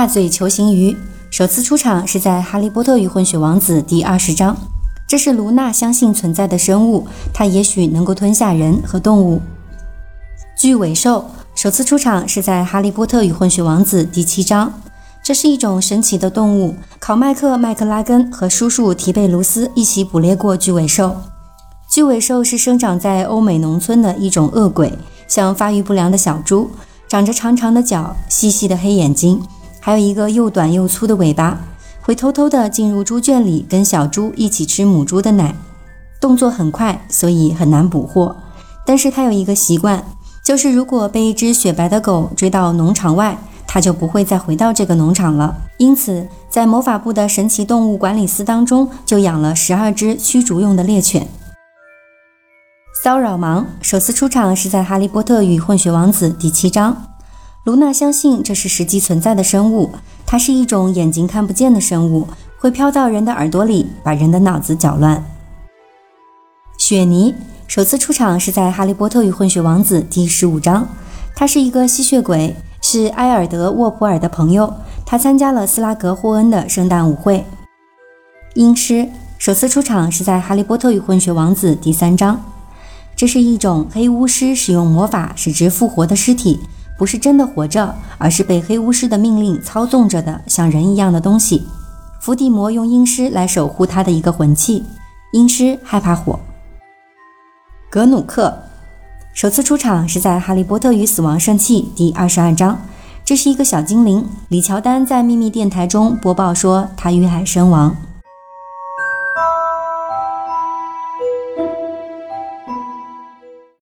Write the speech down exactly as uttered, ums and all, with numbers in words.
大嘴球形鱼首次出场是在《哈利波特与混血王子》第二十章，这是卢娜相信存在的生物，它也许能够吞下人和动物。巨尾兽首次出场是在《哈利波特与混血王子》第七章，这是一种神奇的动物，考麦克·麦克拉根和叔叔提贝卢斯一起捕猎过巨尾兽。巨尾兽是生长在欧美农村的一种恶鬼，像发育不良的小猪，长着长长的脚，细细的黑眼睛，还有一个又短又粗的尾巴，会偷偷地进入猪圈里跟小猪一起吃母猪的奶，动作很快，所以很难捕获。但是它有一个习惯，就是如果被一只雪白的狗追到农场外，它就不会再回到这个农场了。因此在魔法部的神奇动物管理司当中就养了十二只驱逐用的猎犬。骚扰盲首次出场是在《哈利波特与混血王子》第七章，卢娜相信这是实际存在的生物，它是一种眼睛看不见的生物，会飘到人的耳朵里，把人的脑子搅乱。雪妮首次出场是在《哈利波特与混血王子》第十五章，他是一个吸血鬼，是埃尔德沃普尔的朋友，他参加了斯拉格霍恩的圣诞舞会。阴尸首次出场是在《哈利波特与混血王子》第三章，这是一种黑巫师使用魔法使之复活的尸体，不是真的活着，而是被黑巫师的命令操纵着的像人一样的东西。伏地魔用阴尸来守护他的一个魂器，阴尸害怕火。格努克首次出场是在《哈利波特与死亡圣器》第二十二章，这是一个小精灵，李乔丹在秘密电台中播报说他遇害身亡。